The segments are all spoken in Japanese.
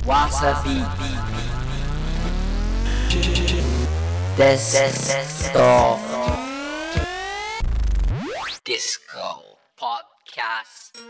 わさびデストディスコポッキャスト。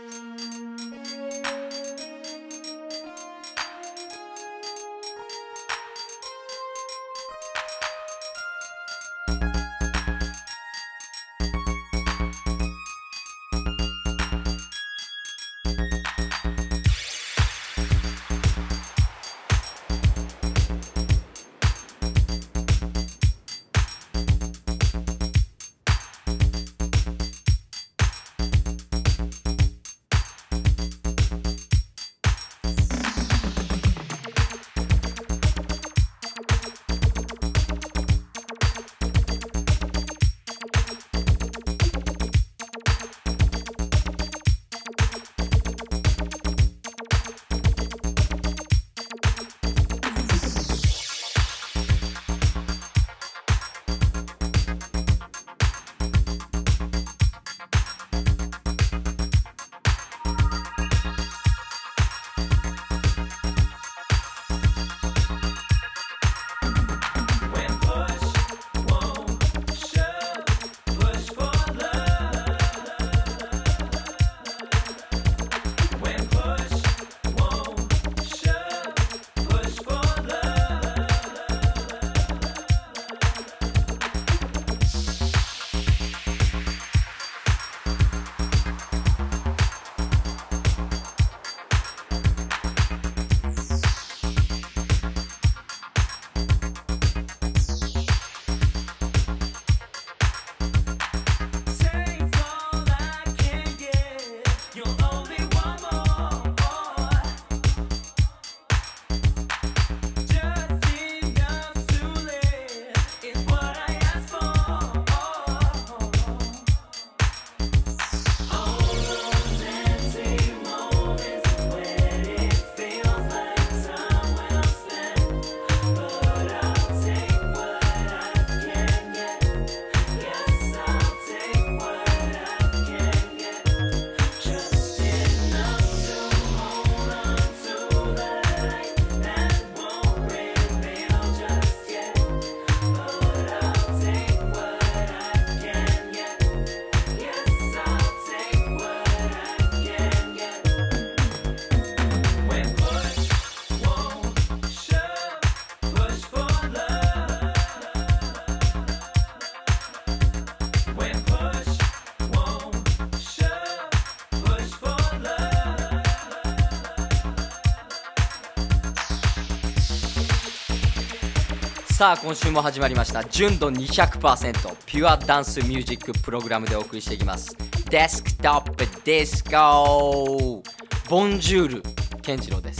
さあ今週も始まりました純度 200% ピュアダンスミュージックプログラムでお送りしていきますデスクトップディスコボンジュール健次郎です。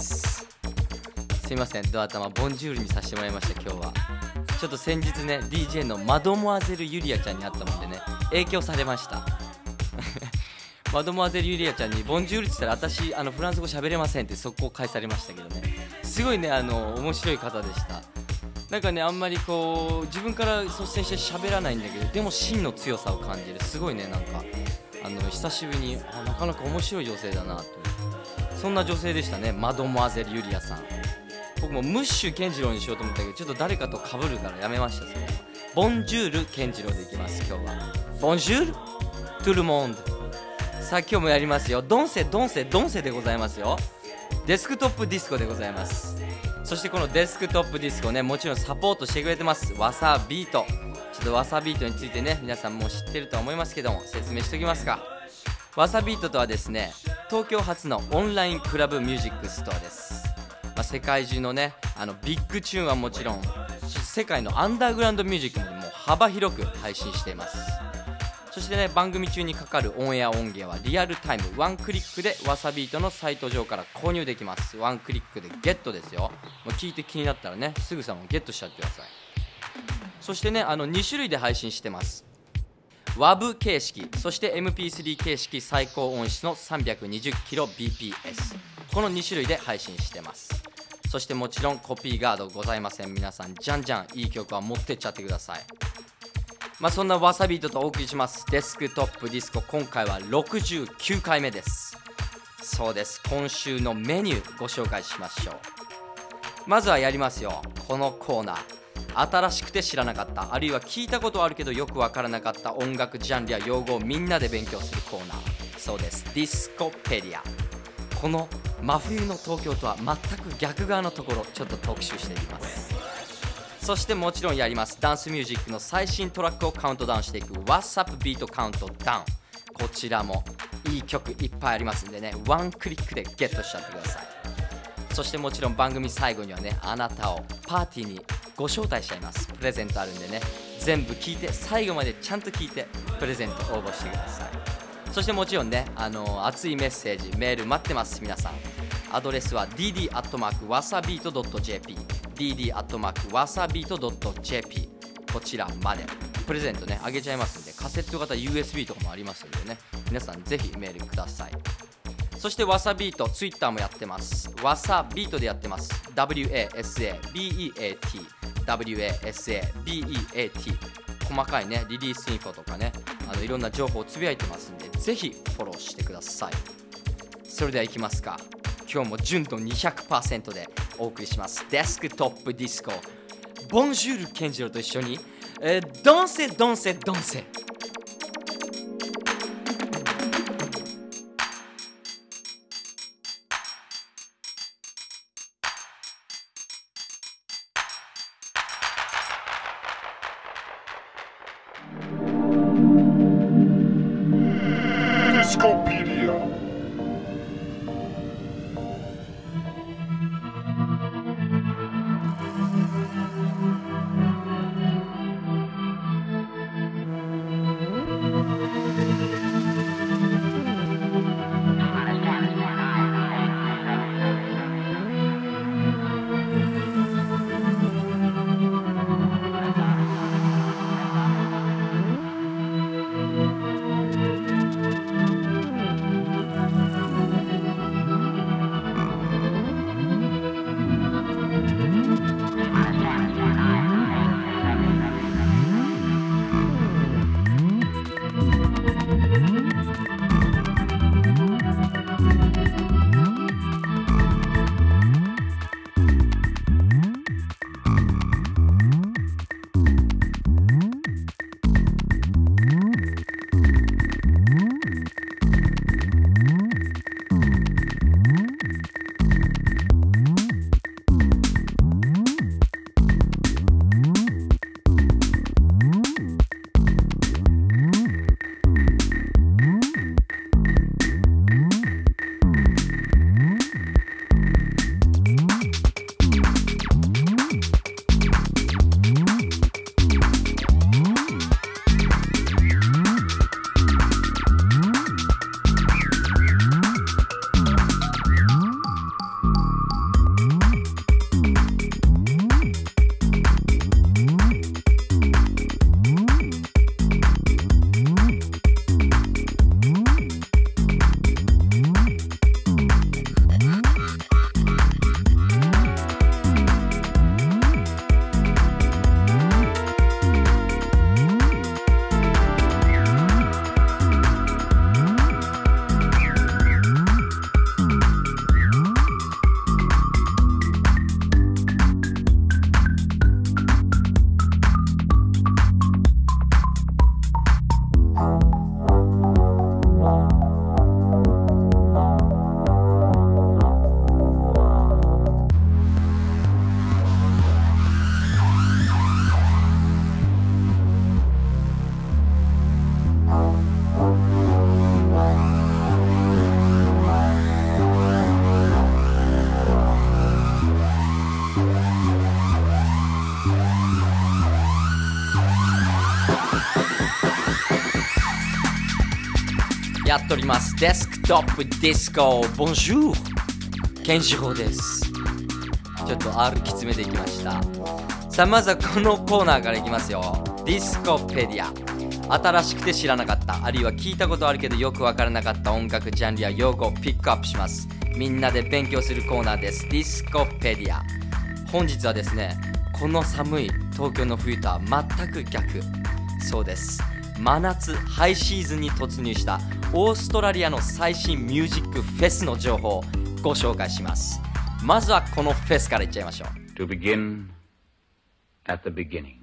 すいませんドア頭ボンジュールにさせてもらいました。今日はちょっと先日ね DJ のマドモアゼルユリアちゃんに会ったもんでね影響されましたマドモアゼルユリアちゃんにボンジュールって言ったら私フランス語喋れませんって速攻返されましたけどね、すごいね面白い方でした。なんかねあんまりこう自分から率先して喋らないんだけどでも芯の強さを感じる、すごいねなんか久しぶりになかなか面白い女性だなと、そんな女性でしたねマドモアゼルユリアさん。僕もムッシュ健次郎にしようと思ったけどちょっと誰かと被るからやめました。それはボンジュール健次郎でいきます。今日はボンジュールトゥルモンド。さあ今日もやりますよ。ドンセドンセドンセでございますよ。デスクトップディスコでございます。そしてこのデスクトップディスコねもちろんサポートしてくれてますわさビート。ちょっとわさビートについてね皆さんもう知ってるとは思いますけども説明しておきますか。わさビートとはですね東京初のオンラインクラブミュージックストアです。世界中のねビッグチューンはもちろん世界のアンダーグラウンドミュージックももう幅広く配信しています。そしてね番組中にかかるオンエア音源はリアルタイムワンクリックでわさビートのサイト上から購入できます。ワンクリックでゲットですよ。もう聞いて気になったらねすぐさまゲットしちゃってください。そしてね2種類で配信してます。 WAV 形式そして MP3 形式最高音質の 320kbps この2種類で配信してます。そしてもちろんコピーガードございません。皆さんじゃんじゃんいい曲は持ってっちゃってください。そんなわさビートとお送りしますデスクトップディスコ、今回は69回目です。そうです、今週のメニューご紹介しましょう。 まずはやりますよ。このコーナー、新しくて知らなかった、あるいは聞いたことあるけどよくわからなかった音楽ジャンルや用語をみんなで勉強するコーナー。そうです、ディスコペディア。この真冬の東京とは全く逆側のところ、ちょっと特集していきます。そしてもちろんやります、ダンスミュージックの最新トラックをカウントダウンしていく What's Up ビートカウントダウン。こちらもいい曲いっぱいありますんでね、ワンクリックでゲットしちゃってください。そしてもちろん番組最後にはね、あなたをパーティーにご招待しちゃいます。プレゼントあるんでね、全部聞いて、最後までちゃんと聞いてプレゼント応募してください。そしてもちろんね、熱いメッセージメール待ってます。皆さんアドレスは dd@wasabeat.jp dd@wasabeat.jp こちらまで。プレゼントねあげちゃいますんで、カセット型 USB とかもありますんでね、皆さんぜひメールください。そしてわさビート、ツイッターもやってます。わさビートでやってます。 WASABEAT WASABEAT。 細かいねリリースインフォとかね、いろんな情報をつぶやいてますんで、ぜひフォローしてください。それではいきますか。今日も純度 200% でお送りします。デスクトップディスコ。ボンジュール健次郎と一緒にドンセドンセドンセ。やっておりますデスクトップディスコ。ボンジュール健次郎です。ちょっと R きつめていきました。さあまずはこのコーナーからいきますよ。ディスコペディア。新しくて知らなかった、あるいは聞いたことあるけどよくわからなかった音楽ジャンルや用語をピックアップします。みんなで勉強するコーナーです。ディスコペディア。本日はですね、この寒い東京の冬とは全く逆。そうです、真夏ハイシーズンに突入したオーストラリアの最新ミュージックフェスの情報をご紹介します。 まずはこのフェスからいっちゃいましょう。 To begin at the beginning.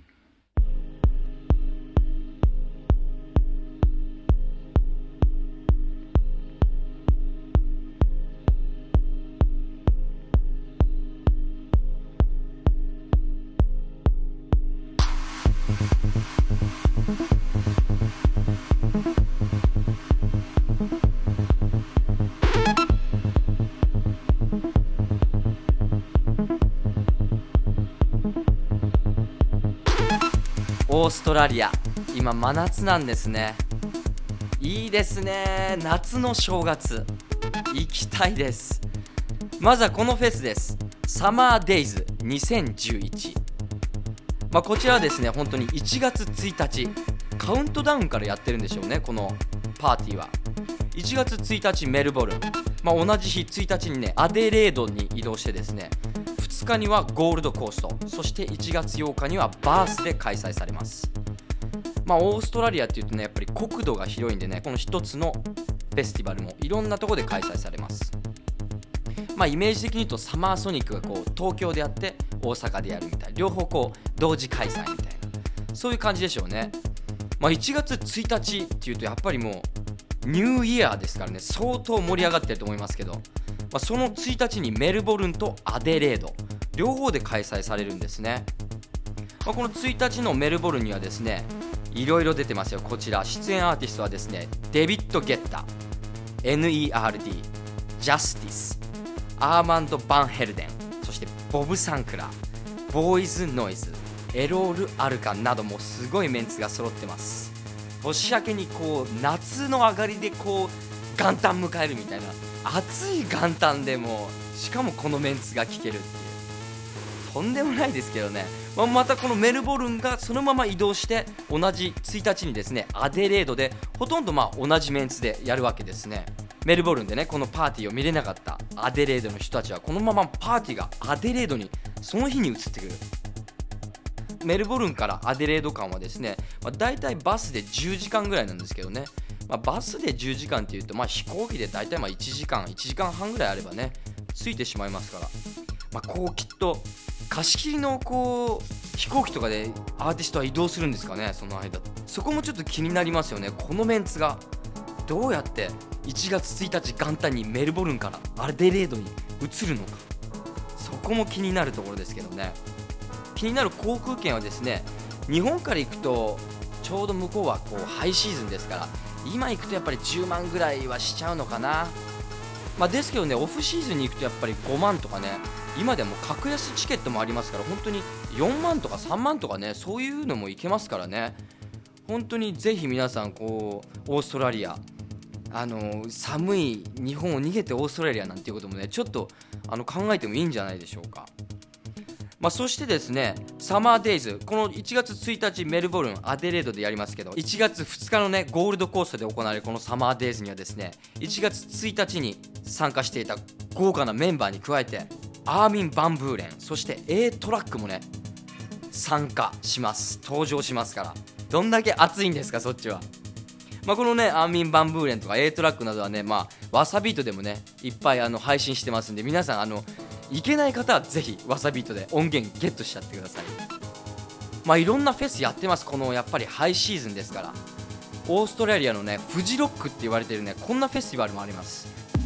オーストラリア、今真夏なんですね。いいですね。夏の正月行きたいです。まずはこのフェスです。サマーデイズ2011。こちらはですね、本当に1月1日カウントダウンからやってるんでしょうね。このパーティーは1月1日メルボルン、同じ日1日にねアデレードに移動してですね、2日にはゴールドコースト、そして1月8日にはバースで開催されます。オーストラリアっていうとね、やっぱり国土が広いんでね、この一つのフェスティバルもいろんなところで開催されます。イメージ的に言うとサマーソニックが東京でやって大阪でやるみたいな、両方同時開催みたいな、そういう感じでしょうね。1月1日っていうとやっぱりもうニューイヤーですからね、相当盛り上がってると思いますけど、その1日にメルボルンとアデレード両方で開催されるんですね。この1日のメルボルンにはですね、いろいろ出てますよ。こちら出演アーティストはですね、デビッド・ゲッタ、 NERD、 ジャスティス、アーマンド・バンヘルデン、そしてボブ・サンクラー、ボーイズ・ノイズ、エロール・アルカンなどもすごいメンツが揃ってます。年明けに夏の上がりで元旦迎えるみたいな、暑い元旦でもしかもこのメンツが聴けるっていう、とんでもないですけどね。またこのメルボルンがそのまま移動して同じ1日にですねアデレードでほとんど同じメンツでやるわけですね。メルボルンでねこのパーティーを見れなかったアデレードの人たちはこのままパーティーがアデレードにその日に移ってくる。メルボルンからアデレード間はですね、だいたいバスで10時間ぐらいなんですけどね、バスで10時間っていうと、飛行機でだいたい1時間半ぐらいあればねついてしまいますから、きっと貸し切りの飛行機とかでアーティストは移動するんですかね。その間そこもちょっと気になりますよね。このメンツがどうやって1月1日元旦にメルボルンからアデレードに移るのか、そこも気になるところですけどね。気になる航空券はですね、日本から行くとちょうど向こうはハイシーズンですから、今行くとやっぱり10万ぐらいはしちゃうのかな。ですけどね、オフシーズンに行くとやっぱり5万とかね、今でも格安チケットもありますから、本当に4万とか3万とかね、そういうのも行けますからね。本当にぜひ皆さんオーストラリア、寒い日本を逃げてオーストラリアなんていうこともね、ちょっと考えてもいいんじゃないでしょうか。そしてですね、サマーデイズ、この1月1日メルボルンアデレードでやりますけど、1月2日のねゴールドコーストで行われるこのサマーデイズにはですね、1月1日に参加していた豪華なメンバーに加えてアーミン・バンブーレン、そして A トラックもね参加します。登場しますから、どんだけ熱いんですかそっちは。このねアーミン・バンブーレンとか A トラックなどはね、ワサビートでもねいっぱい配信してますんで、皆さん行けない方はぜひワサビートで音源ゲットしちゃってください。いろんなフェスやってます。このやっぱりハイシーズンですから。オーストラリアのねフジロックって言われてるね、こんなフェスティバルもあります。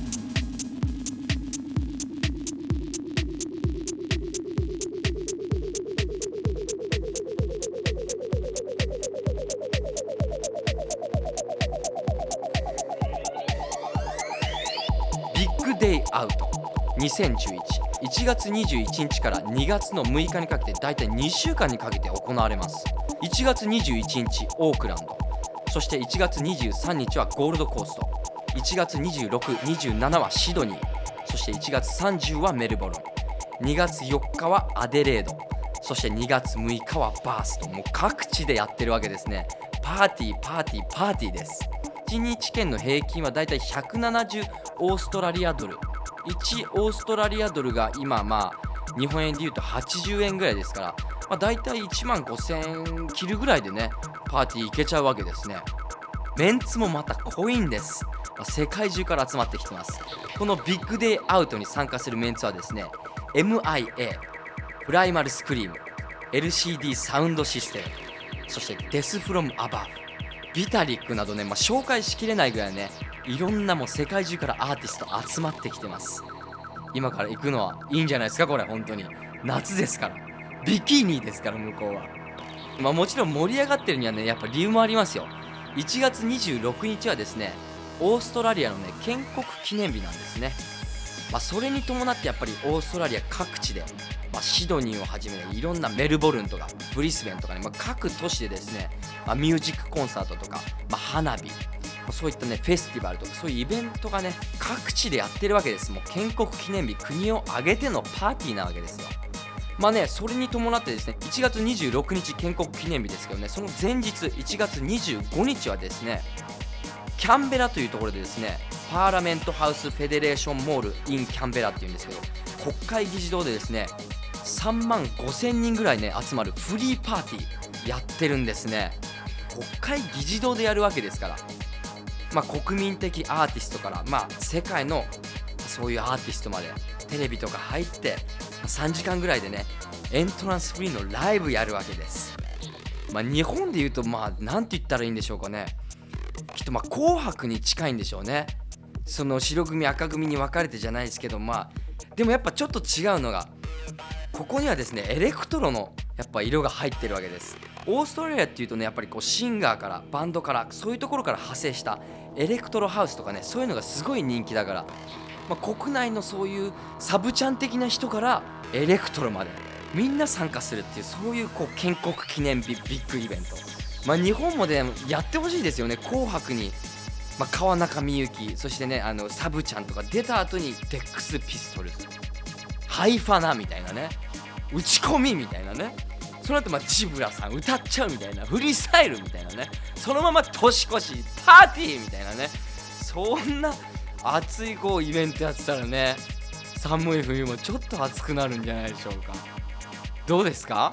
ビッグデイアウト2011、1月21日から2月の6日にかけてだいたい2週間にかけて行われます。1月21日オークランド、そして1月23日はゴールドコースト、1月26、27はシドニー、そして1月30はメルボルン、2月4日はアデレード、そして2月6日はバースと、もう各地でやってるわけですね。パーティーパーティーパーティーです。1日券の平均はだいたい170オーストラリアドル、1オーストラリアドルが今日本円でいうと80円ぐらいですから、だいたい1万5000円切るぐらいでねパーティー行けちゃうわけですね。メンツもまた濃いんです。世界中から集まってきてます。このビッグデイアウトに参加するメンツはですね、 MIA、プライマルスクリーム、LCD サウンドシステム、そしてデスフロムアバーブ、ビタリックなどね、紹介しきれないぐらいね、いろんなもう世界中からアーティスト集まってきてます。今から行くのはいいんじゃないですか。これ本当に夏ですから、ビキニですから向こうは。もちろん盛り上がってるにはね、やっぱ理由もありますよ。1月26日はですね、オーストラリアのね建国記念日なんですね。それに伴ってやっぱりオーストラリア各地で、シドニーをはじめいろんなメルボルンとかブリスベンとかね、各都市でですね、ミュージックコンサートとか、花火、そういったねフェスティバルとかそういうイベントがね各地でやってるわけです。もう建国記念日、国を挙げてのパーティーなわけですよ。それに伴ってですね、1月26日建国記念日ですけどね、その前日1月25日はですね、キャンベラというところでですね、パーラメントハウスフェデレーションモール in キャンベラっていうんですけど、国会議事堂でですね3万5000人ぐらいね集まるフリーパーティーやってるんですね。国会議事堂でやるわけですから、国民的アーティストから、世界のそういうアーティストまでテレビとか入って3時間ぐらいでねエントランスフリーのライブやるわけです。日本でいうとなんて言ったらいいんでしょうかね。きっと紅白に近いんでしょうね。その白組赤組に分かれてじゃないですけど、でもやっぱちょっと違うのが、ここにはですねエレクトロのやっぱ色が入ってるわけです。オーストラリアっていうとね、やっぱりシンガーからバンドからそういうところから派生したエレクトロハウスとかね、そういうのがすごい人気だから、国内のそういうサブちゃん的な人からエレクトロまでみんな参加するっていう、そういう建国記念日ビッグイベント。日本もねやってほしいですよね。紅白に、川中美幸、そしてねサブちゃんとか出た後にデックスピストルズ、ハイファナみたいなね、打ち込みみたいなね、その後ジブラさん歌っちゃうみたいな、フリースタイルみたいなね、そのまま年越しパーティーみたいなね、そんな熱いイベントやってたらね、寒い冬もちょっと暑くなるんじゃないでしょうか。どうですか？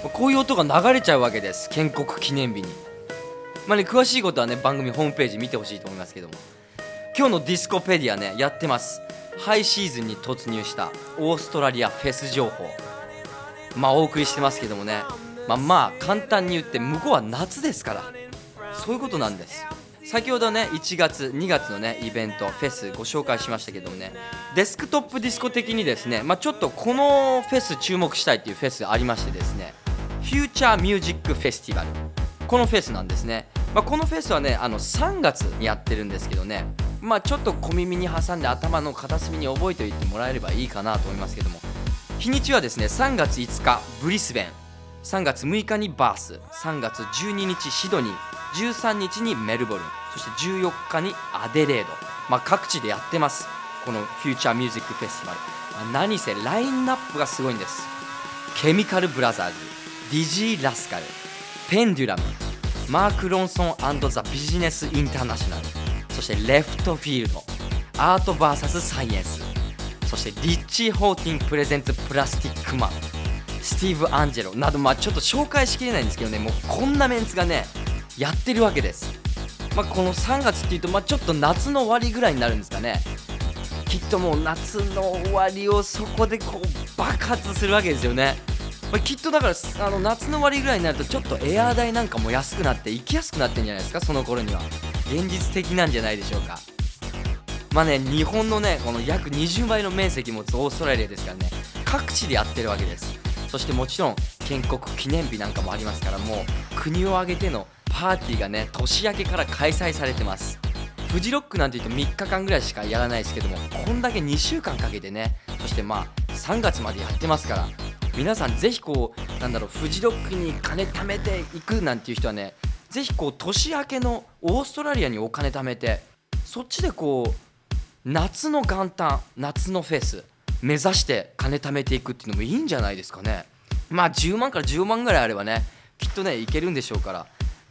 こういう音が流れちゃうわけです、建国記念日に。詳しいことはね番組ホームページ見てほしいと思いますけども、今日のディスコペディアねやってます。ハイシーズンに突入したオーストラリアフェス情報お送りしてますけどもね、簡単に言って向こうは夏ですから、そういうことなんです。先ほどね1月2月のねイベントフェスご紹介しましたけどもね、デスクトップディスコ的にですね、ちょっとこのフェス注目したいっていうフェスありましてですね、フューチャーミュージックフェスティバル、このフェスなんですね。このフェスはね3月にやってるんですけどね、ちょっと小耳に挟んで頭の片隅に覚えておいてもらえればいいかなと思いますけども、日にちはですね3月5日ブリスベン、3月6日にバース、3月12日シドニー、13日にメルボルン、そして14日にアデレード、各地でやってます、このフューチャーミュージックフェスティバル。何せラインナップがすごいんです。ケミカルブラザーズ、ディジー・ラスカル、ペンデュラム、マーク・ロンソン&ザ・ビジネス・インターナショナル、そしてレフトフィールド、アート VS サイエンス、そしてリッチー・ホーティンプレゼンツプラスティックマン、スティーブ・アンジェロなど、ちょっと紹介しきれないんですけどね、もうこんなメンツがねやってるわけです。この3月っていうとちょっと夏の終わりぐらいになるんですかね。きっともう夏の終わりをそこでこう爆発するわけですよね。きっとだから夏の終わりぐらいになるとちょっとエアー代なんかも安くなって行きやすくなってんじゃないですか、その頃には。現実的なんじゃないでしょうか。日本のねこの約20倍の面積持つオーストラリアですからね、各地でやってるわけです。そしてもちろん建国記念日なんかもありますから、もう国を挙げてのパーティーがね年明けから開催されてます。フジロックなんて言うと3日間ぐらいしかやらないですけども、こんだけ2週間かけてね、そして3月までやってますから、皆さんぜひフジロックに金貯めていくなんていう人はね、ぜひ年明けのオーストラリアにお金貯めて、そっちで夏の元旦、夏のフェス目指して金貯めていくっていうのもいいんじゃないですかね。10万から15万ぐらいあればねきっとねいけるんでしょうから、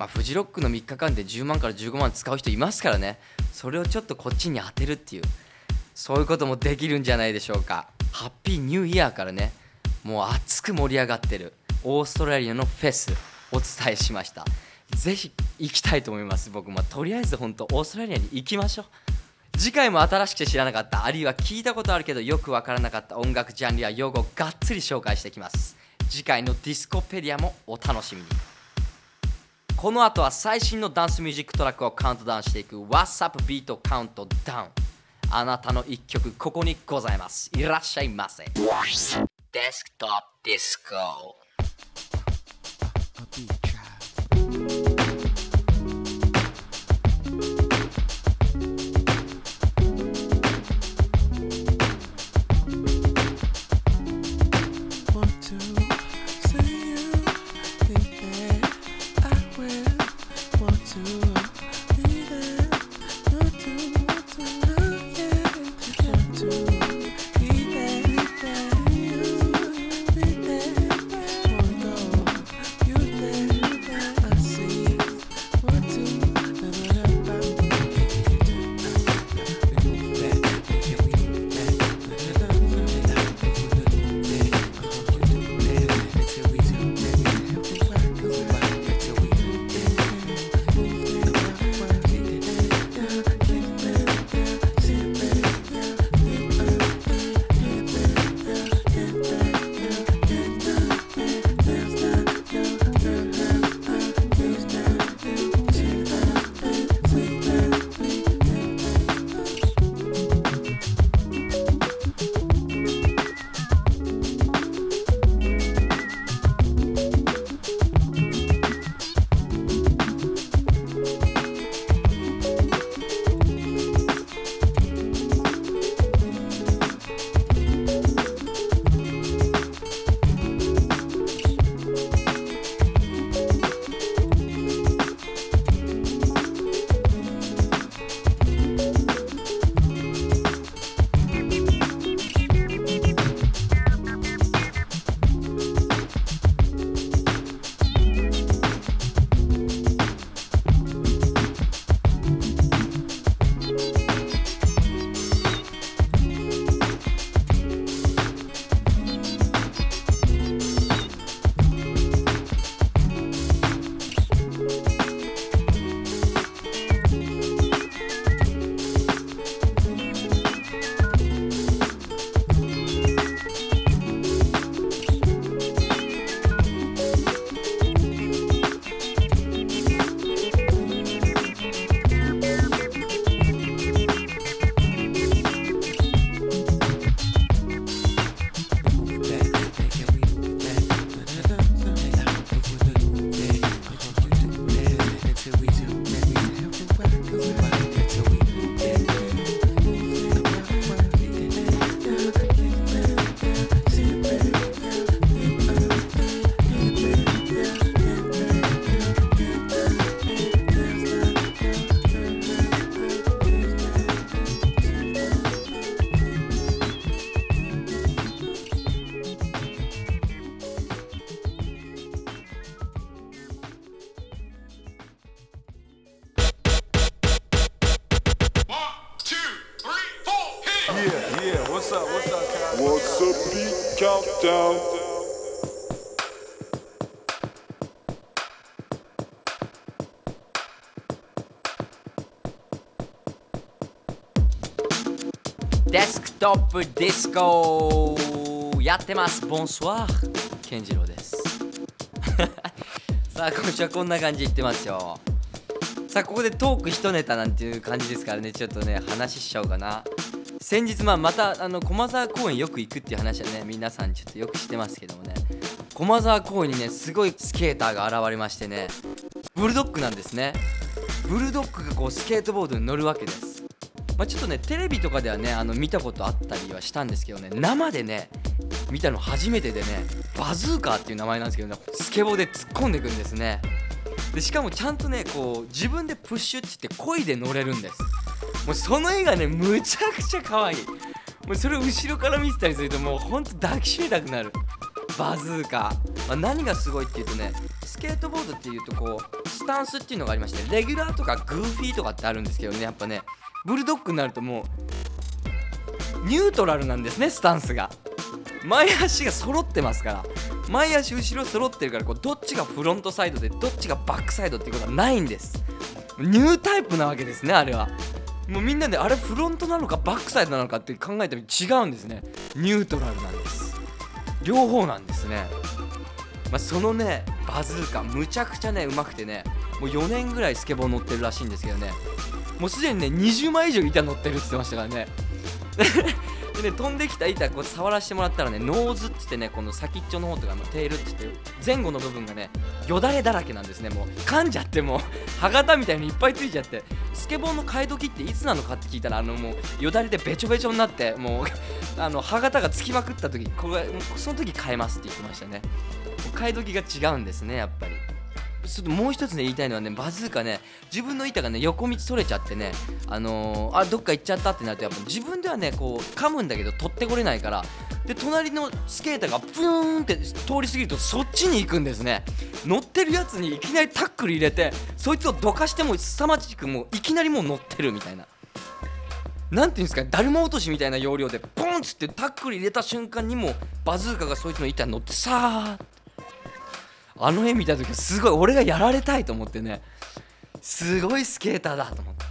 フジロックの3日間で10万から15万使う人いますからね、それをちょっとこっちに当てるっていう、そういうこともできるんじゃないでしょうか。ハッピーニューイヤーからねもう熱く盛り上がってるオーストラリアのフェスお伝えしました。ぜひ行きたいと思います。僕とりあえず本当オーストラリアに行きましょう。次回も新しくて知らなかった、あるいは聞いたことあるけどよくわからなかった音楽ジャンルや用語をがっつり紹介していきます。次回のディスコペディアもお楽しみに。この後は最新のダンスミュージックトラックをカウントダウンしていく What's Up ビートカウントダウン。あなたの一曲ここにございます。いらっしゃいませ。デスクトップディスコ。 デスクトップディスコやってます。ボンソワー健次郎ですさあ今週はこんな感じで言ってますよ。さあここでトーク一ネタなんていう感じですからね、ちょっとね話しちゃおうかな。先日また駒沢公園よく行くっていう話はね皆さんちょっとよく知ってますけどもね、駒沢公園にねすごいスケーターが現れましてね、ブルドッグなんですね。ブルドッグがこうスケートボードに乗るわけです。ちょっとねテレビとかではね見たことあったりはしたんですけどね、生でね見たの初めてでね、バズーカーっていう名前なんですけどね、スケボーで突っ込んでいくんですね。でしかもちゃんとねこう自分でプッシュって言って漕いで乗れるんです。もうその絵がねむちゃくちゃ可愛い。もうそれを後ろから見てたりするともうほんと抱きしめたくなるバズーカー。何がすごいっていうとね、スケートボードっていうとこうスタンスっていうのがありまして、レギュラーとかグーフィーとかってあるんですけどね、やっぱねブルドッグになるともうニュートラルなんですね。スタンスが前足が揃ってますから、前足後ろ揃ってるからこうどっちがフロントサイドでどっちがバックサイドっていうことはないんです。ニュータイプなわけですね。あれはもうみんなであれフロントなのかバックサイドなのかって考えたら違うんですね。ニュートラルなんです。両方なんですね。そのねバズーカむちゃくちゃねうまくてね、もう4年ぐらいスケボー乗ってるらしいんですけどね、もうすでにね20枚以上板乗ってるって言ってましたからねでね飛んできた板こう触らせてもらったらね、ノーズって言ってねこの先っちょの方とかテールって言って前後の部分がねよだれだらけなんですね。もう噛んじゃってもう歯型みたいにいっぱいついちゃって、スケボーの替え時っていつなのかって聞いたらもうよだれでべちょべちょになってもう歯型がつきまくった時その時変えますって言ってましたね。替え時が違うんですねやっぱり。もう一つね言いたいのはね、バズーカね自分の板がね横道それちゃってねどっか行っちゃったってなるとやっぱ自分ではねこう噛むんだけど取ってこれないから、で隣のスケーターがプーンって通り過ぎるとそっちに行くんですね。乗ってるやつにいきなりタックル入れてそいつをどかしても凄まじくもういきなりもう乗ってるみたいな、なんていうんですかね、だるま落としみたいな要領でポンっつってタックル入れた瞬間にもうバズーカがそいつの板に乗ってさー、あの絵見た時すごい俺がやられたいと思ってね、すごいスケーターだと思って、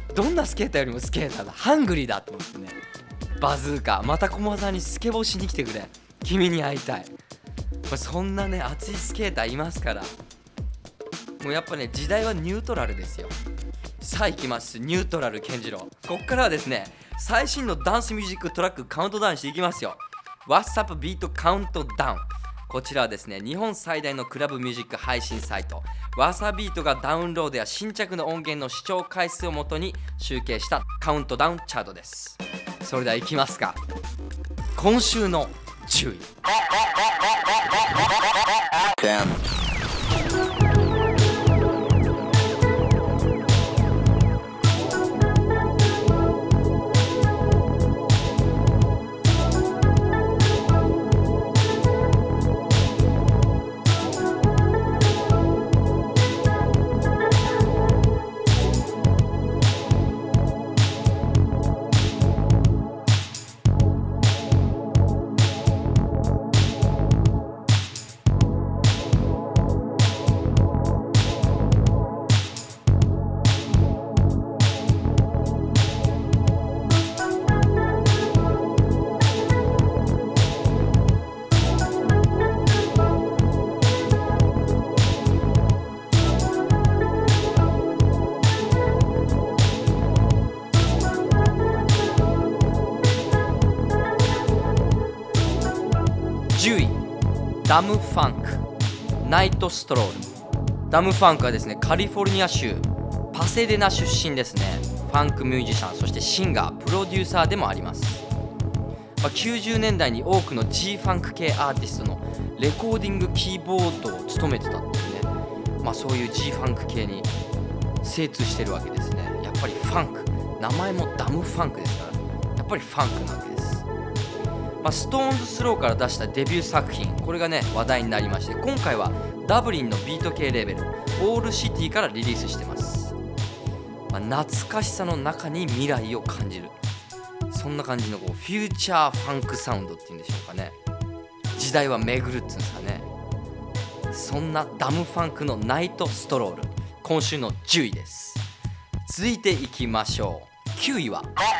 どんなスケーターよりもスケーターだ、ハングリーだと思ってね、バズーカまた駒沢にスケボーしに来てくれ、君に会いたい。そんなね熱いスケーターいますから、もうやっぱね時代はニュートラルですよ。さあ行きます、ニュートラル健次郎。こっからはですね最新のダンスミュージックトラックカウントダウンしていきますよ。 What's Up Beat Countdown。こちらはですね日本最大のクラブミュージック配信サイトワサビートがダウンロードや新着の音源の視聴回数をもとに集計したカウントダウンチャートです。それではいきますか。今週の10位、10位ダムファンクナイトストロール。ダムファンクはですねカリフォルニア州パセデナ出身ですね。ファンクミュージシャン、そしてシンガープロデューサーでもあります。90年代に多くの G ファンク系アーティストのレコーディングキーボードを務めてたっていうね、そういう G ファンク系に精通してるわけですね。やっぱりファンク、名前もダムファンクですから、やっぱりファンクなわけです。ストーンズスローから出したデビュー作品、これがね話題になりまして、今回はダブリンのビート系レーベルオールシティからリリースしてます。懐かしさの中に未来を感じる、そんな感じのフューチャーファンクサウンドっていうんでしょうかね。 代は巡るっていうんですかね。そんなダムファンクのナイトストロール、今週の10位です。続いていきましょう。9位は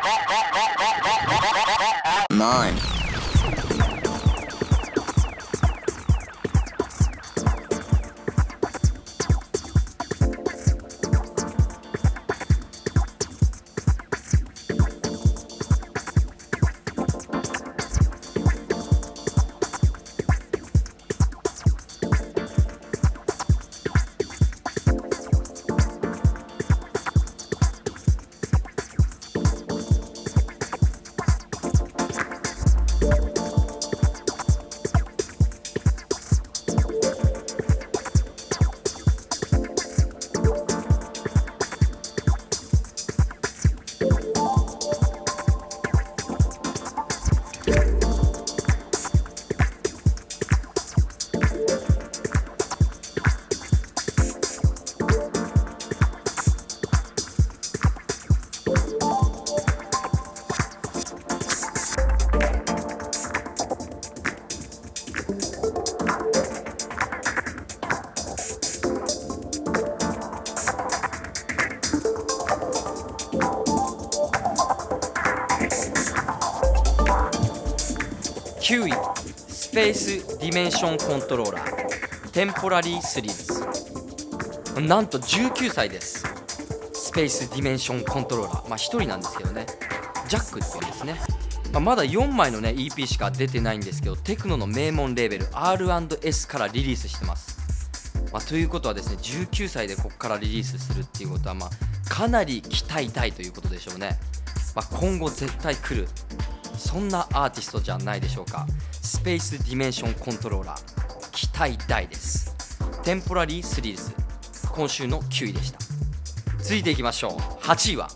9。9位、スペースディメンションコントローラーテンポラリースリーズ。なんと19歳です。スペースディメンションコントローラー、1人なんですけどね、ジャックっていうんですね。まだ4枚のね EP しか出てないんですけど、テクノの名門レーベル R&S からリリースしてます。ということはですね、19歳でここからリリースするっていうことは、かなり期待大ということでしょうね。今後絶対来る、そんなアーティストじゃないでしょうか。スペースディメンションコントローラー、期待大です。テンポラリースリーズ、今週の9位でした。続いていきましょう。8位は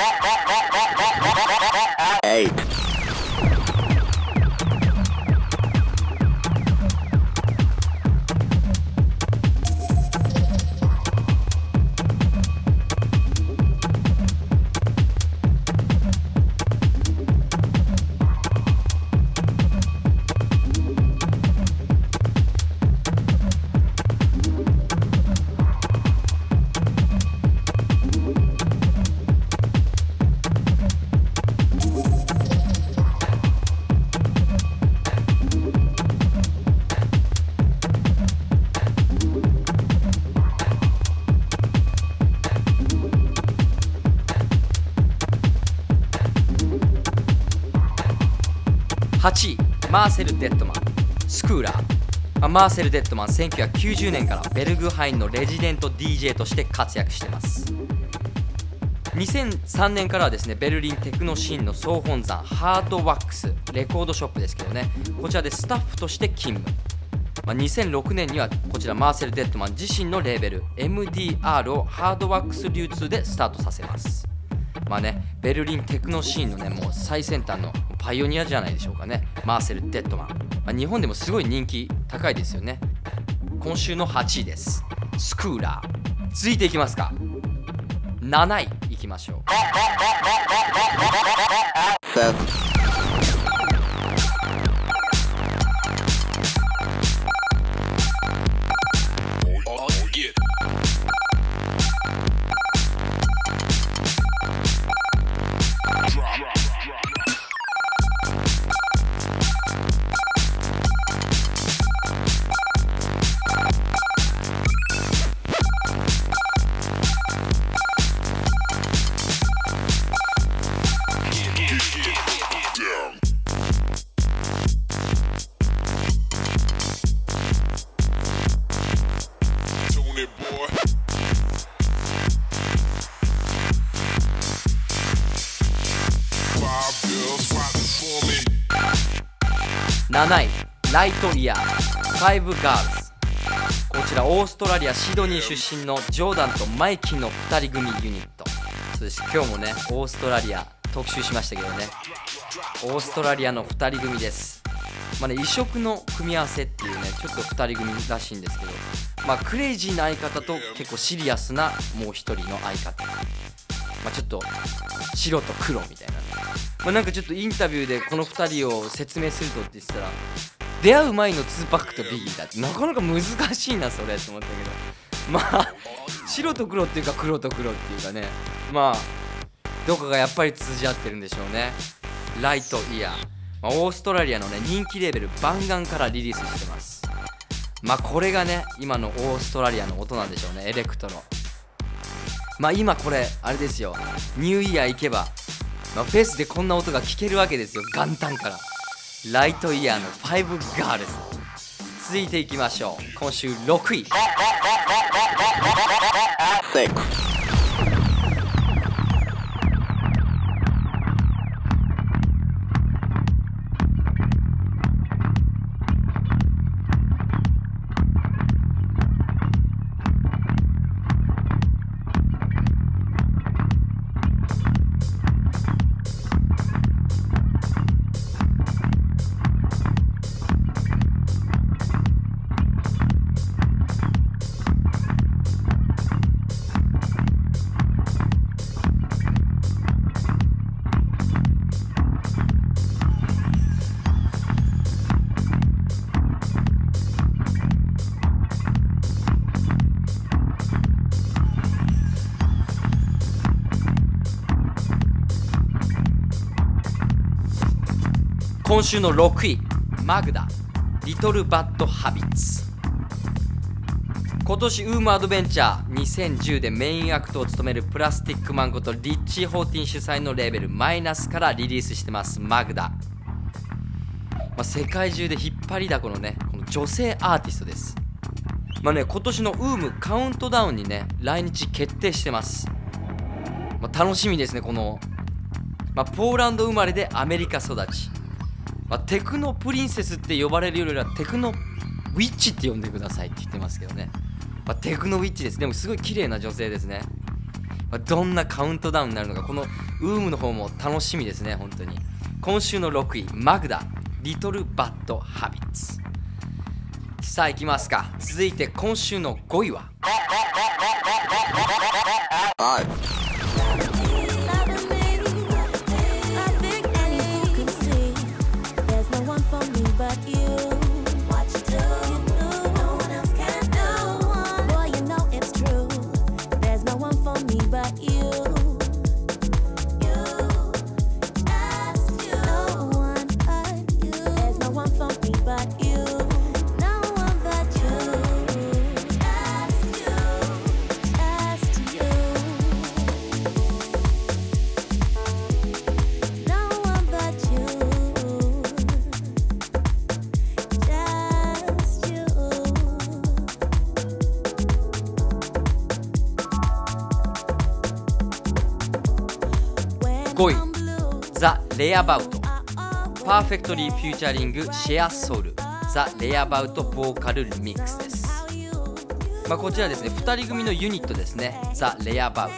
8位、マーセル・デッドマン、スクーラー。マーセル・デッドマン、1990年からベルグハインのレジデント DJ として活躍しています。2003年からはですね、ベルリンテクノシーンの総本山ハードワックスレコードショップですけどね、こちらでスタッフとして勤務。2006年にはこちらマーセル・デッドマン自身のレーベル MDR をハードワックス流通でスタートさせます。ベルリンテクノシーンのね、もう最先端のパイオニアじゃないでしょうかね、マーセル・デッドマン。日本でもすごい人気高いですよね。今週の8位です、スクーラー。続いていきますか。7位いきましょう。7位、ライトイヤー5ガールズ。こちらオーストラリアシドニー出身のジョーダンとマイキーの2人組ユニット。そうです、今日もねオーストラリア特集しましたけどね、オーストラリアの2人組です。異色の組み合わせっていうね、ちょっと2人組らしいんですけど、クレイジーな相方と結構シリアスなもう一人の相方、ちょっと白と黒みたいな、なんかちょっとインタビューでこの2人を説明するとって言ってたら、 出会う前の2パックとビギーだって、なかなか難しいなそれと思ったけど、まあ白と黒っていうか黒と黒っていうかね、まあどこがやっぱり通じ合ってるんでしょうね。ライトイヤー、オーストラリアのね人気レーベルバンガンからリリースしてます。これがね今のオーストラリアの音なんでしょうね、エレクトロ。今これあれですよ、ニューイヤー行けば、フェスでこんな音が聞けるわけですよ、元旦から。ライトイヤーの5ガールズ。続いていきましょう。今週6位、今週の6位、マグダ、リトルバッドハビッツ。今年ウームアドベンチャー2010でメインアクトを務めるプラスティックマンことリッチー・ホーティン主催のレーベルマイナスからリリースしてますマグダ。世界中で引っ張りだこのね、この女性アーティストです。今年のウームカウントダウンにね来日決定してます。楽しみですね。この、ポーランド生まれでアメリカ育ち、テクノプリンセスって呼ばれるよりはテクノウィッチって呼んでくださいって言ってますけどね、テクノウィッチです。でもすごい綺麗な女性ですね。どんなカウントダウンになるのか、このウームの方も楽しみですね本当に。今週の6位、マグダ、リトルバッドハビッツ。さあ行きますか。続いて今週の5位は、5位、ザ・レイアバウト、パーフェクトリーフューチャリングシェアソウル、ザ・レイアバウトボーカルリミックスです。こちらですね、2人組のユニットですね、ザ・レイアバウ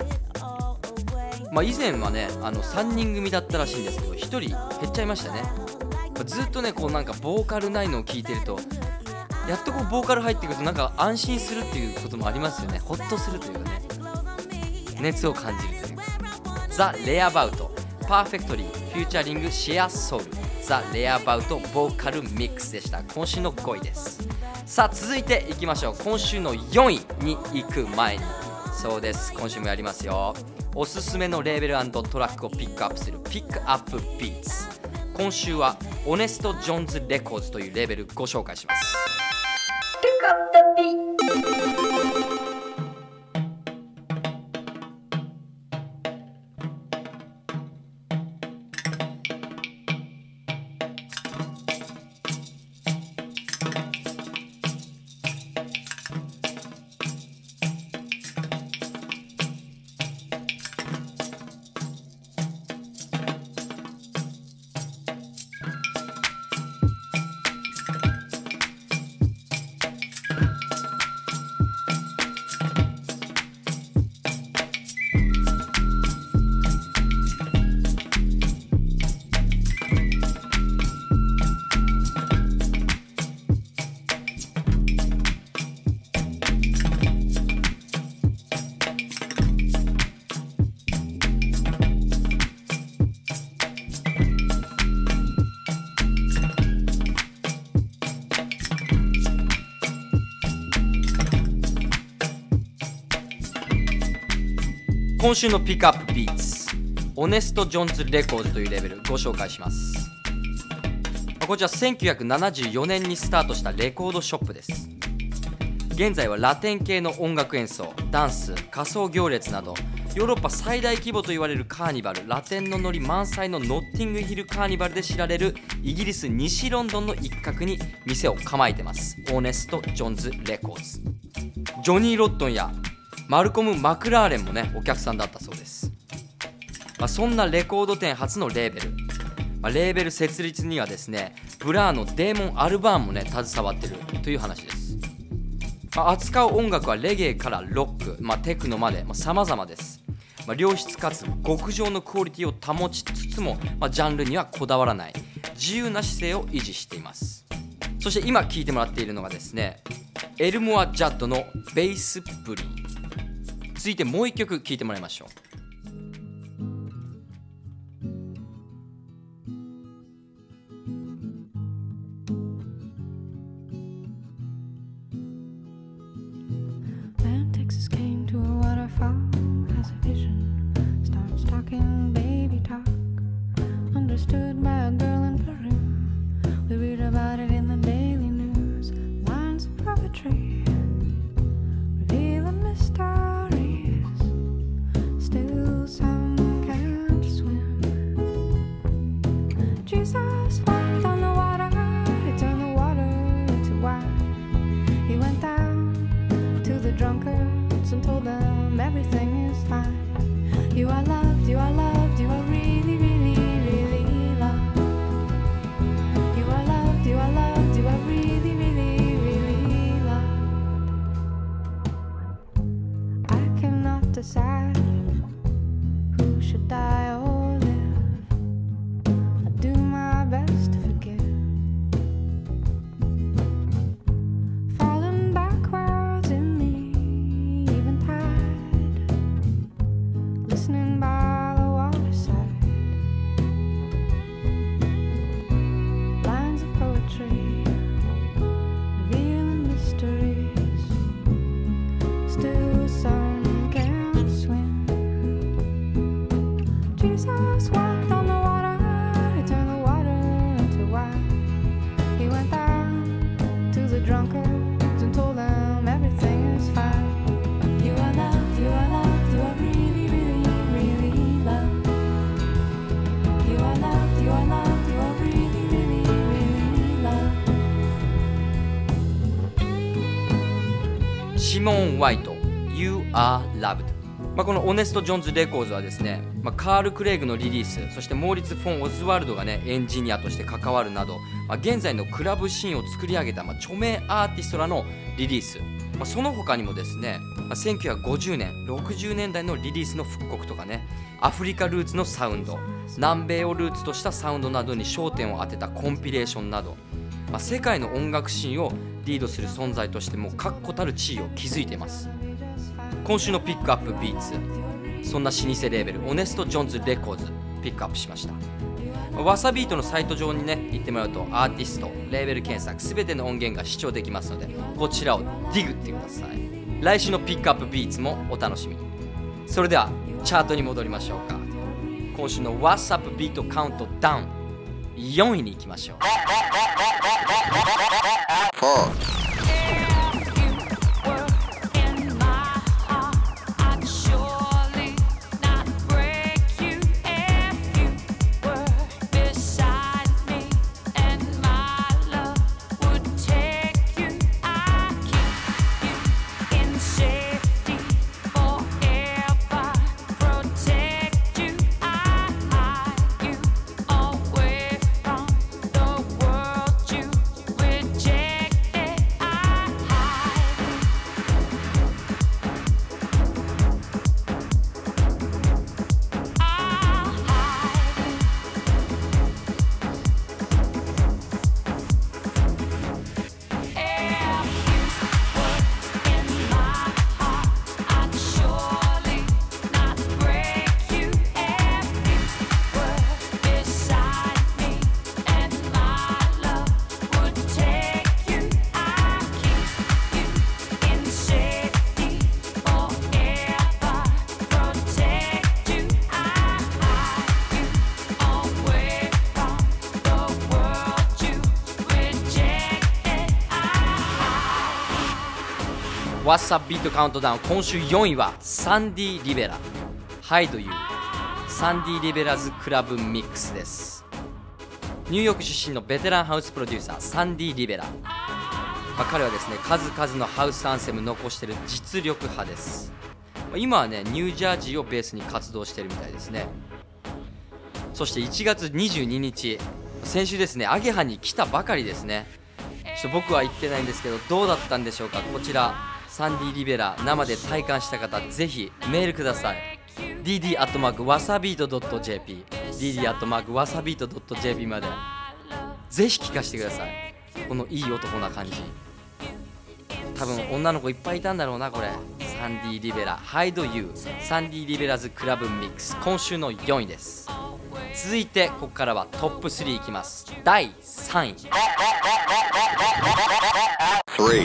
ト。以前はね3人組だったらしいんですけど、1人減っちゃいましたね。ずっとねこうなんかボーカルないのを聞いてると、やっとこうボーカル入ってくるとなんか安心するっていうこともありますよね。ホッとするというかね、熱を感じるというか。ザ・レイアバウト、パーフェクトリーフューチャリングシェアソウル、ザ・レイアバウトボーカルミックスでした。今週の5位です。さあ続いていきましょう。今週の4位に行く前に、そうです、今週もやりますよ。おすすめのレーベル&トラックをピックアップするピックアップビーツ。今週はオネスト・ジョンズ・レコーズというレーベルご紹介します。ピックアップビーツ。 今週のピックアップビーツ、オネスト・ジョンズ・レコーズというレーベルご紹介します。こちら1974年にスタートしたレコードショップです。現在はラテン系の音楽演奏、ダンス、仮装行列などヨーロッパ最大規模と言われるカーニバル、ラテンのノリ満載のノッティングヒルカーニバルで知られるイギリス西ロンドンの一角に店を構えてます。オネスト・ジョンズ・レコーズ。ジョニー・ロットンやマルコム・マクラーレンもねお客さんだったそうです。そんなレコード店初のレーベル、レーベル設立にはですねブラーのデーモン・アルバーンもね携わってるという話です。扱う音楽はレゲエからロック、テクノまで様々です。良質かつ極上のクオリティを保ちつつも、ジャンルにはこだわらない自由な姿勢を維持しています。そして今聴いてもらっているのがですねエルモア・ジャッドのベースプリー。続いてもう一曲聴いてもらいましょう。シモン・ワイト You Are Loved。このオネスト・ジョンズ・レコーズはですね、カール・クレイグのリリース、そしてモーリツ・フォン・オズワルドがねエンジニアとして関わるなど、現在のクラブシーンを作り上げた、著名アーティストらのリリース、その他にもですね、1950年60年代のリリースの復刻とかね、アフリカルーツのサウンド、南米をルーツとしたサウンドなどに焦点を当てたコンピレーションなど、世界の音楽シーンをリードする存在としても確固たる地位を築いています。今週のピックアップビーツ、そんな老舗レーベルオネスト・ジョンズ・レコーズピックアップしました。わさビートのサイト上にね行ってもらうとアーティスト、レーベル検索、すべての音源が視聴できますので、こちらをディグってください。来週のピックアップビーツもお楽しみに。それではチャートに戻りましょうか。今週の What's Up ビートカウントダウン4位に行きましょう。 With What's Up Beat Countdown 今週4位はサンディ・リベラ Hide You サンディ・リベラズクラブミックスです。ニューヨーク出身のベテランハウスプロデューサーサンディ・リベラ、彼はですね数々のハウスアンセム残している実力派です。今はねニュージャージーをベースに活動しているみたいですね。そして1月22日先週ですねアゲハに来たばかりですね。僕は行ってないんですけどどうだったんでしょうか。こちらサンディ・リベラ生で体感した方ぜひメールください。 dd@wasabeat.jp dd@wasabeat.jp までぜひ聞かせてください。このいい男な感じ、多分女の子いっぱいいたんだろうな。これサンディ・リベラ Hide You サンディ・リベラズクラブミックス今週の4位です。続いてここからはトップ3いきます。第3位3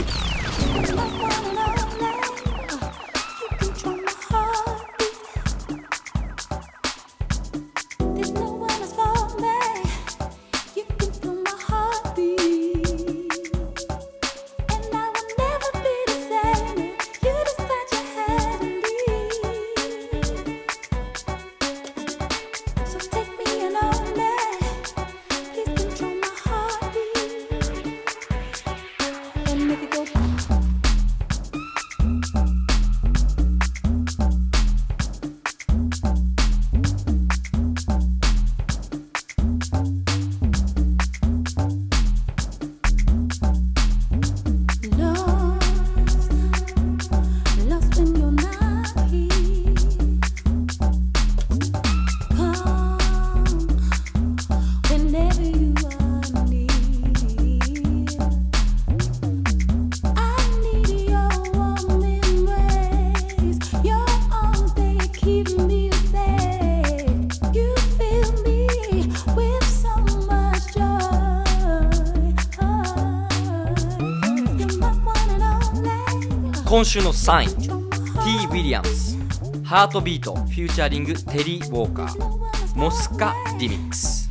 今週の3位 T. ウィリアムスハートビートフューチャーリングテリー・ウォーカーモスカリミックス。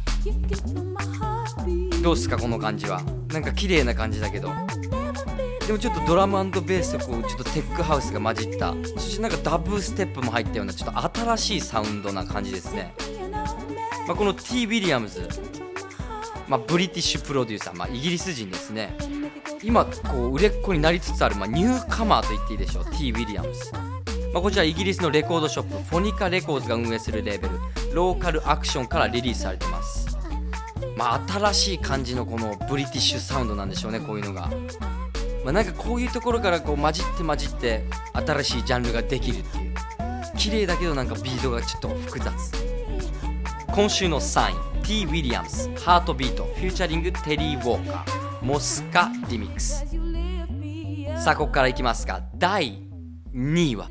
どうすかこの感じは。なんか綺麗な感じだけどでもちょっとドラム&ベースとこうちょっとテックハウスが混じった、そしてなんかダブステップも入ったようなちょっと新しいサウンドな感じですね。この T. ウィリアムズ、ブリティッシュプロデューサー、イギリス人ですね。今こう売れっ子になりつつある、ニューカマーと言っていいでしょう T. ウィリアムズ。こちらイギリスのレコードショップフォニカレコーズが運営するレーベルローカルアクションからリリースされてます。新しい感じのこのブリティッシュサウンドなんでしょうね。こういうのが、なんかこういうところからこう混じって新しいジャンルができるっていう、綺麗だけどなんかビートがちょっと複雑。今週の3位 T. ウィリアムズハートビートフューチャリングテリー・ウォーカーモスカリミックス。さあここからいきますが第2位は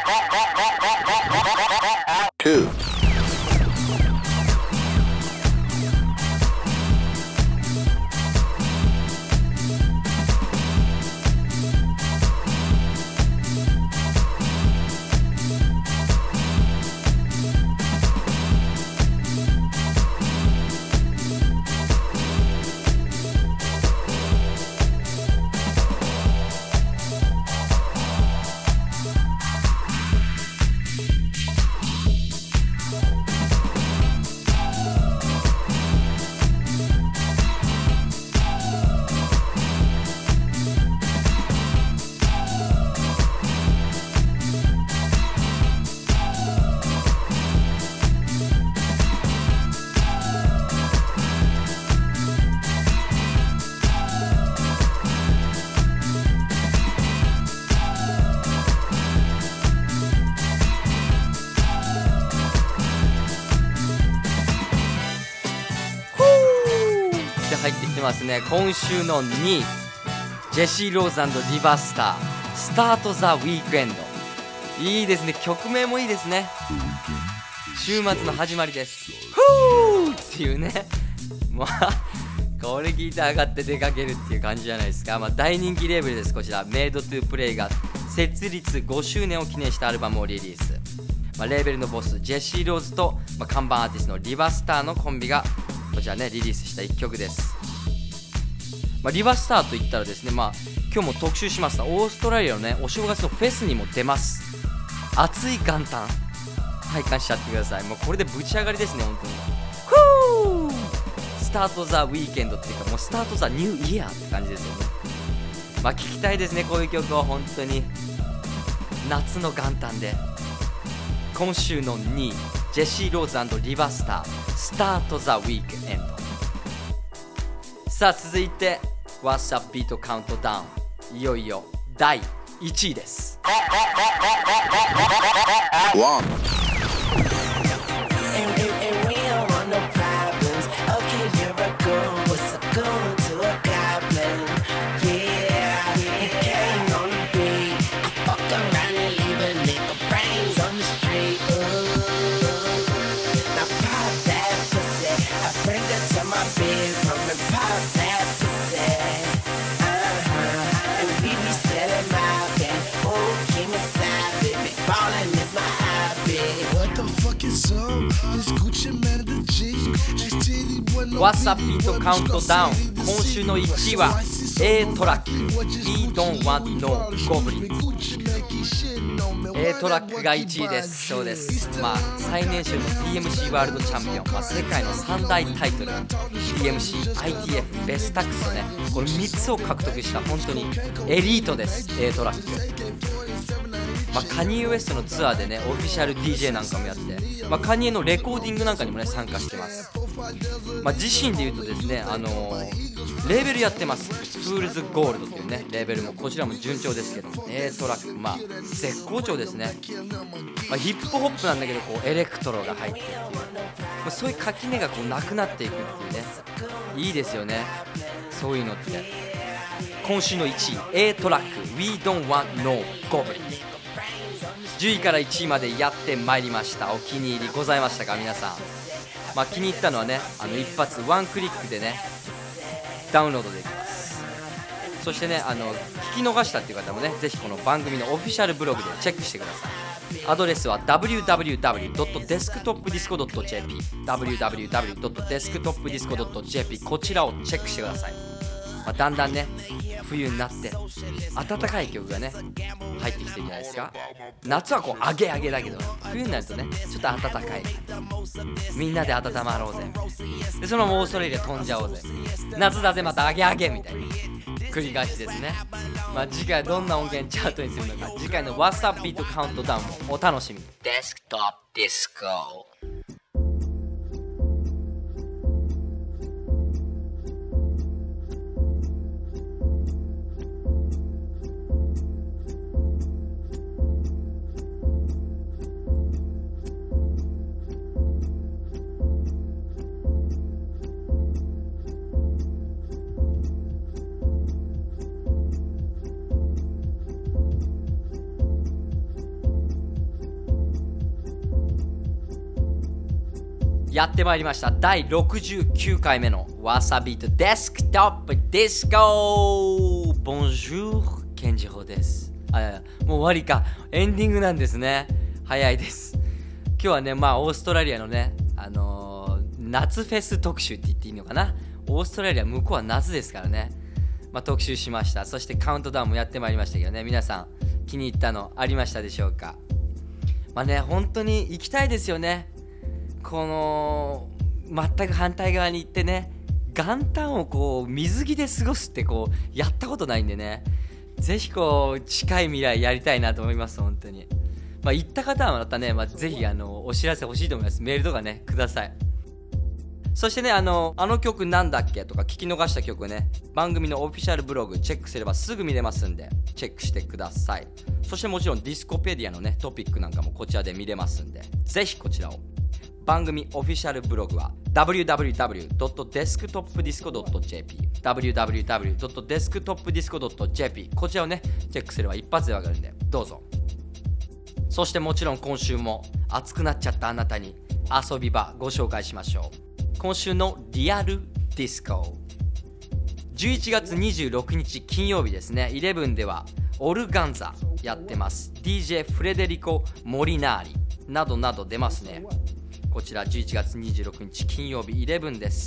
2入ってきてますね。今週の2位ジェシー・ローズ&リバースタースタート・ザ・ウィークエンド。いいですね、曲名もいいですね。週末の始まりです。フーっていうね、これ聞いて上がって出かけるっていう感じじゃないですか。大人気レーベルです。こちらメイドトゥープレイが設立5周年を記念したアルバムをリリース。レーベルのボスジェシー・ローズと、看板アーティストのリバースターのコンビがこちらねリリースした1曲です。 リバスターといったらですね、今日も特集しましたオーストラリアのねお正月のフェスにも出ます。熱い元旦体感しちゃってください。もうこれでぶち上がりですね本当に。スタートザウィーケンドっていうか、もうスタートザニューイヤーって感じですよね。聞きたいですねこういう曲は本当に。夏の元旦で今週の2位、ジェシー・ローズ&リバスター、スタートザウィークエンド。さあ続いて What's Up Beat Countdown、 いよいよ第1位です。What's Up Beat Countdown、 今週の1位は A トラック We Don't Want No Goblin。 A トラックが1位です。そうです。最年少の DMC ワールドチャンピオン、世界の3大タイトル DMC、ITF、ベスタックスとね、これ3つを獲得した本当にエリートです A トラック。カニエ・ウエストのツアーでねオフィシャル DJ なんかもやって、カニエのレコーディングなんかにもね参加してます。自身で言うとですね、レーベルやってます。フールズゴールドっていうねレーベルも、こちらも順調ですけど、A トラック絶好調ですね。ヒップホップなんだけどエレクトロが入ってるっていう、そういう垣根がなくなっていくっていうね、いいですよねそういうのって。今週の1位 A トラック We Don't Want No Goblin。 10位から1位までやってまいりました。お気に入りございましたか皆さん。気に入ったのはね一発ワンクリックでねダウンロードできます。そしてね聞き逃したっていう方もねぜひこの番組のオフィシャルブログでチェックしてください。アドレスは www.desktopdisco.jp www.desktopdisco.jp、 こちらをチェックしてください。だんだんね冬になって暖かい曲がね入ってきてるじゃないですか。夏はアゲアゲだけど、冬になるとねちょっと暖かい、みんなで温まろうぜで、そのままオーストラリア飛んじゃおうぜ、夏だぜまたアゲアゲみたいな繰り返しですね。次回どんな音源チャートにするのか、次回の What's Up Beat Countdown もお楽しみに。デスクトップディスコ。やってまいりました。第69回目のわさびとデスクトップディスコ。ボンジュール、ケンジホです。もう終わりか。エンディングなんですね。早いです。今日はね、オーストラリアのね、夏フェス特集って言っていいのかな。オーストラリア向こうは夏ですからね。特集しました。そしてカウントダウンもやってまいりましたけどね、皆さん気に入ったのありましたでしょうか。本当に行きたいですよね。この全く反対側に行ってね、元旦を水着で過ごすってやったことないんでね、ぜひ近い未来やりたいなと思います本当に。行った方はまたね、ぜひお知らせ欲しいと思います。メールとかねください。そしてねあの曲なんだっけとか聞き逃した曲ね、番組のオフィシャルブログチェックすればすぐ見れますんでチェックしてください。そしてもちろんディスコペディアのねトピックなんかもこちらで見れますんで、ぜひこちらを。番組オフィシャルブログは www.desktopdisco.jp www.desktopdisco.jp、 こちらをねチェックすれば一発でわかるんでどうぞ。そしてもちろん今週も熱くなっちゃったあなたに遊び場ご紹介しましょう。今週のリアルディスコ、11月26日金曜日ですね。11ではオルガンザやってます。 DJ フレデリコ・モリナーリなどなど出ますね。こちら11月26日金曜日11です。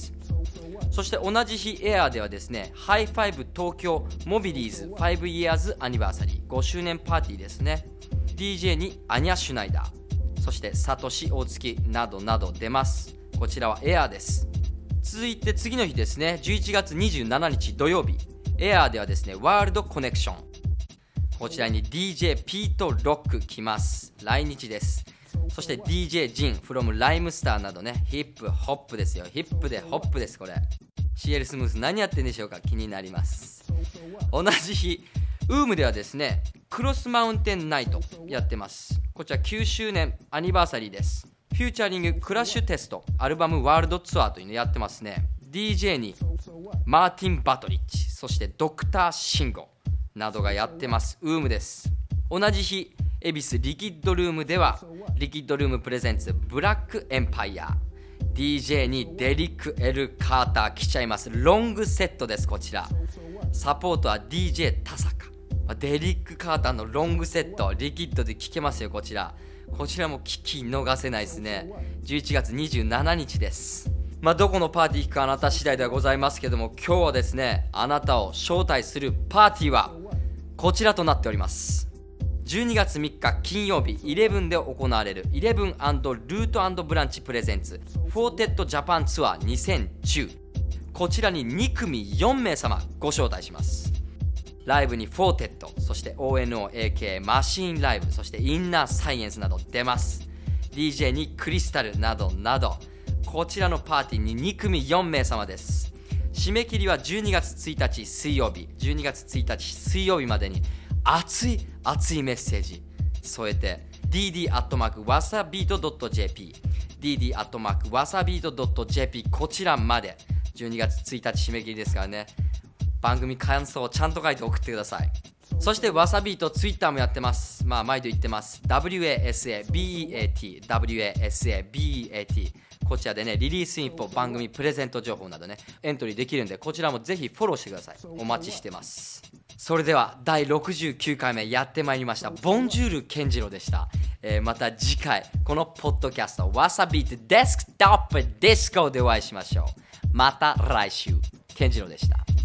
そして同じ日エアーではですね、ハイファイブ東京モビリーズ5 years アニバーサリー5周年パーティーですね。 DJ にアニャ・シュナイダー、そしてサトシ大月などなど出ます。こちらはエアーです。続いて次の日ですね、11月27日土曜日、エアーではですね、ワールドコネクション、こちらに DJ ピートロック来ます。来日です。そして DJ ジン from ライムスターなどね、ヒップホップですよ。ヒップでホップです。これ CL スムース何やってんでしょうか、気になります。同じ日ウームではですね、クロスマウンテンナイトやってます。こちら9周年アニバーサリーです。フューチャリングクラッシュテストアルバムワールドツアーというのやってますね。 DJ にマーティン・バトリッチ、そしてドクター・シンゴなどがやってます。ウームです。同じ日恵比寿リキッドルームではリキッドルームプレゼンツブラックエンパイア、 DJ にデリック・エル・カーター来ちゃいます。ロングセットです。こちらサポートは DJ 田坂、デリック・カーターのロングセットリキッドで聴けますよ。こちらも聞き逃せないですね。11月27日です。どこのパーティー行くかあなた次第ではございますけども、今日はですね、あなたを招待するパーティーはこちらとなっております。12月3日金曜日11で行われる11&ルート&ブランチプレゼンツフォーテッドジャパンツアー2010、こちらに2組4名様ご招待します。ライブにフォーテッド、そして ONO、AK マシーンライブ、そしてインナーサイエンスなど出ます。 DJ にクリスタルなどなど、こちらのパーティーに2組4名様です。締め切りは12月1日水曜日、12月1日水曜日までに熱いメッセージ添えて dd@wasabeat.jp dd@wasabeat.jp こちらまで12月1日締め切りですからね、番組感想をちゃんと書いて送ってください。そしてわさビートツイッターもやってます。毎度言ってます。 WASABEAT こちらでね、リリースインフォ、番組プレゼント情報などね、エントリーできるんで、こちらもぜひフォローしてください。お待ちしてます。それでは第69回目やってまいりました。ボンジュール健次郎でした。また次回このポッドキャストわさビートデスクトップディスコでお会いしましょう。また来週。健次郎でした。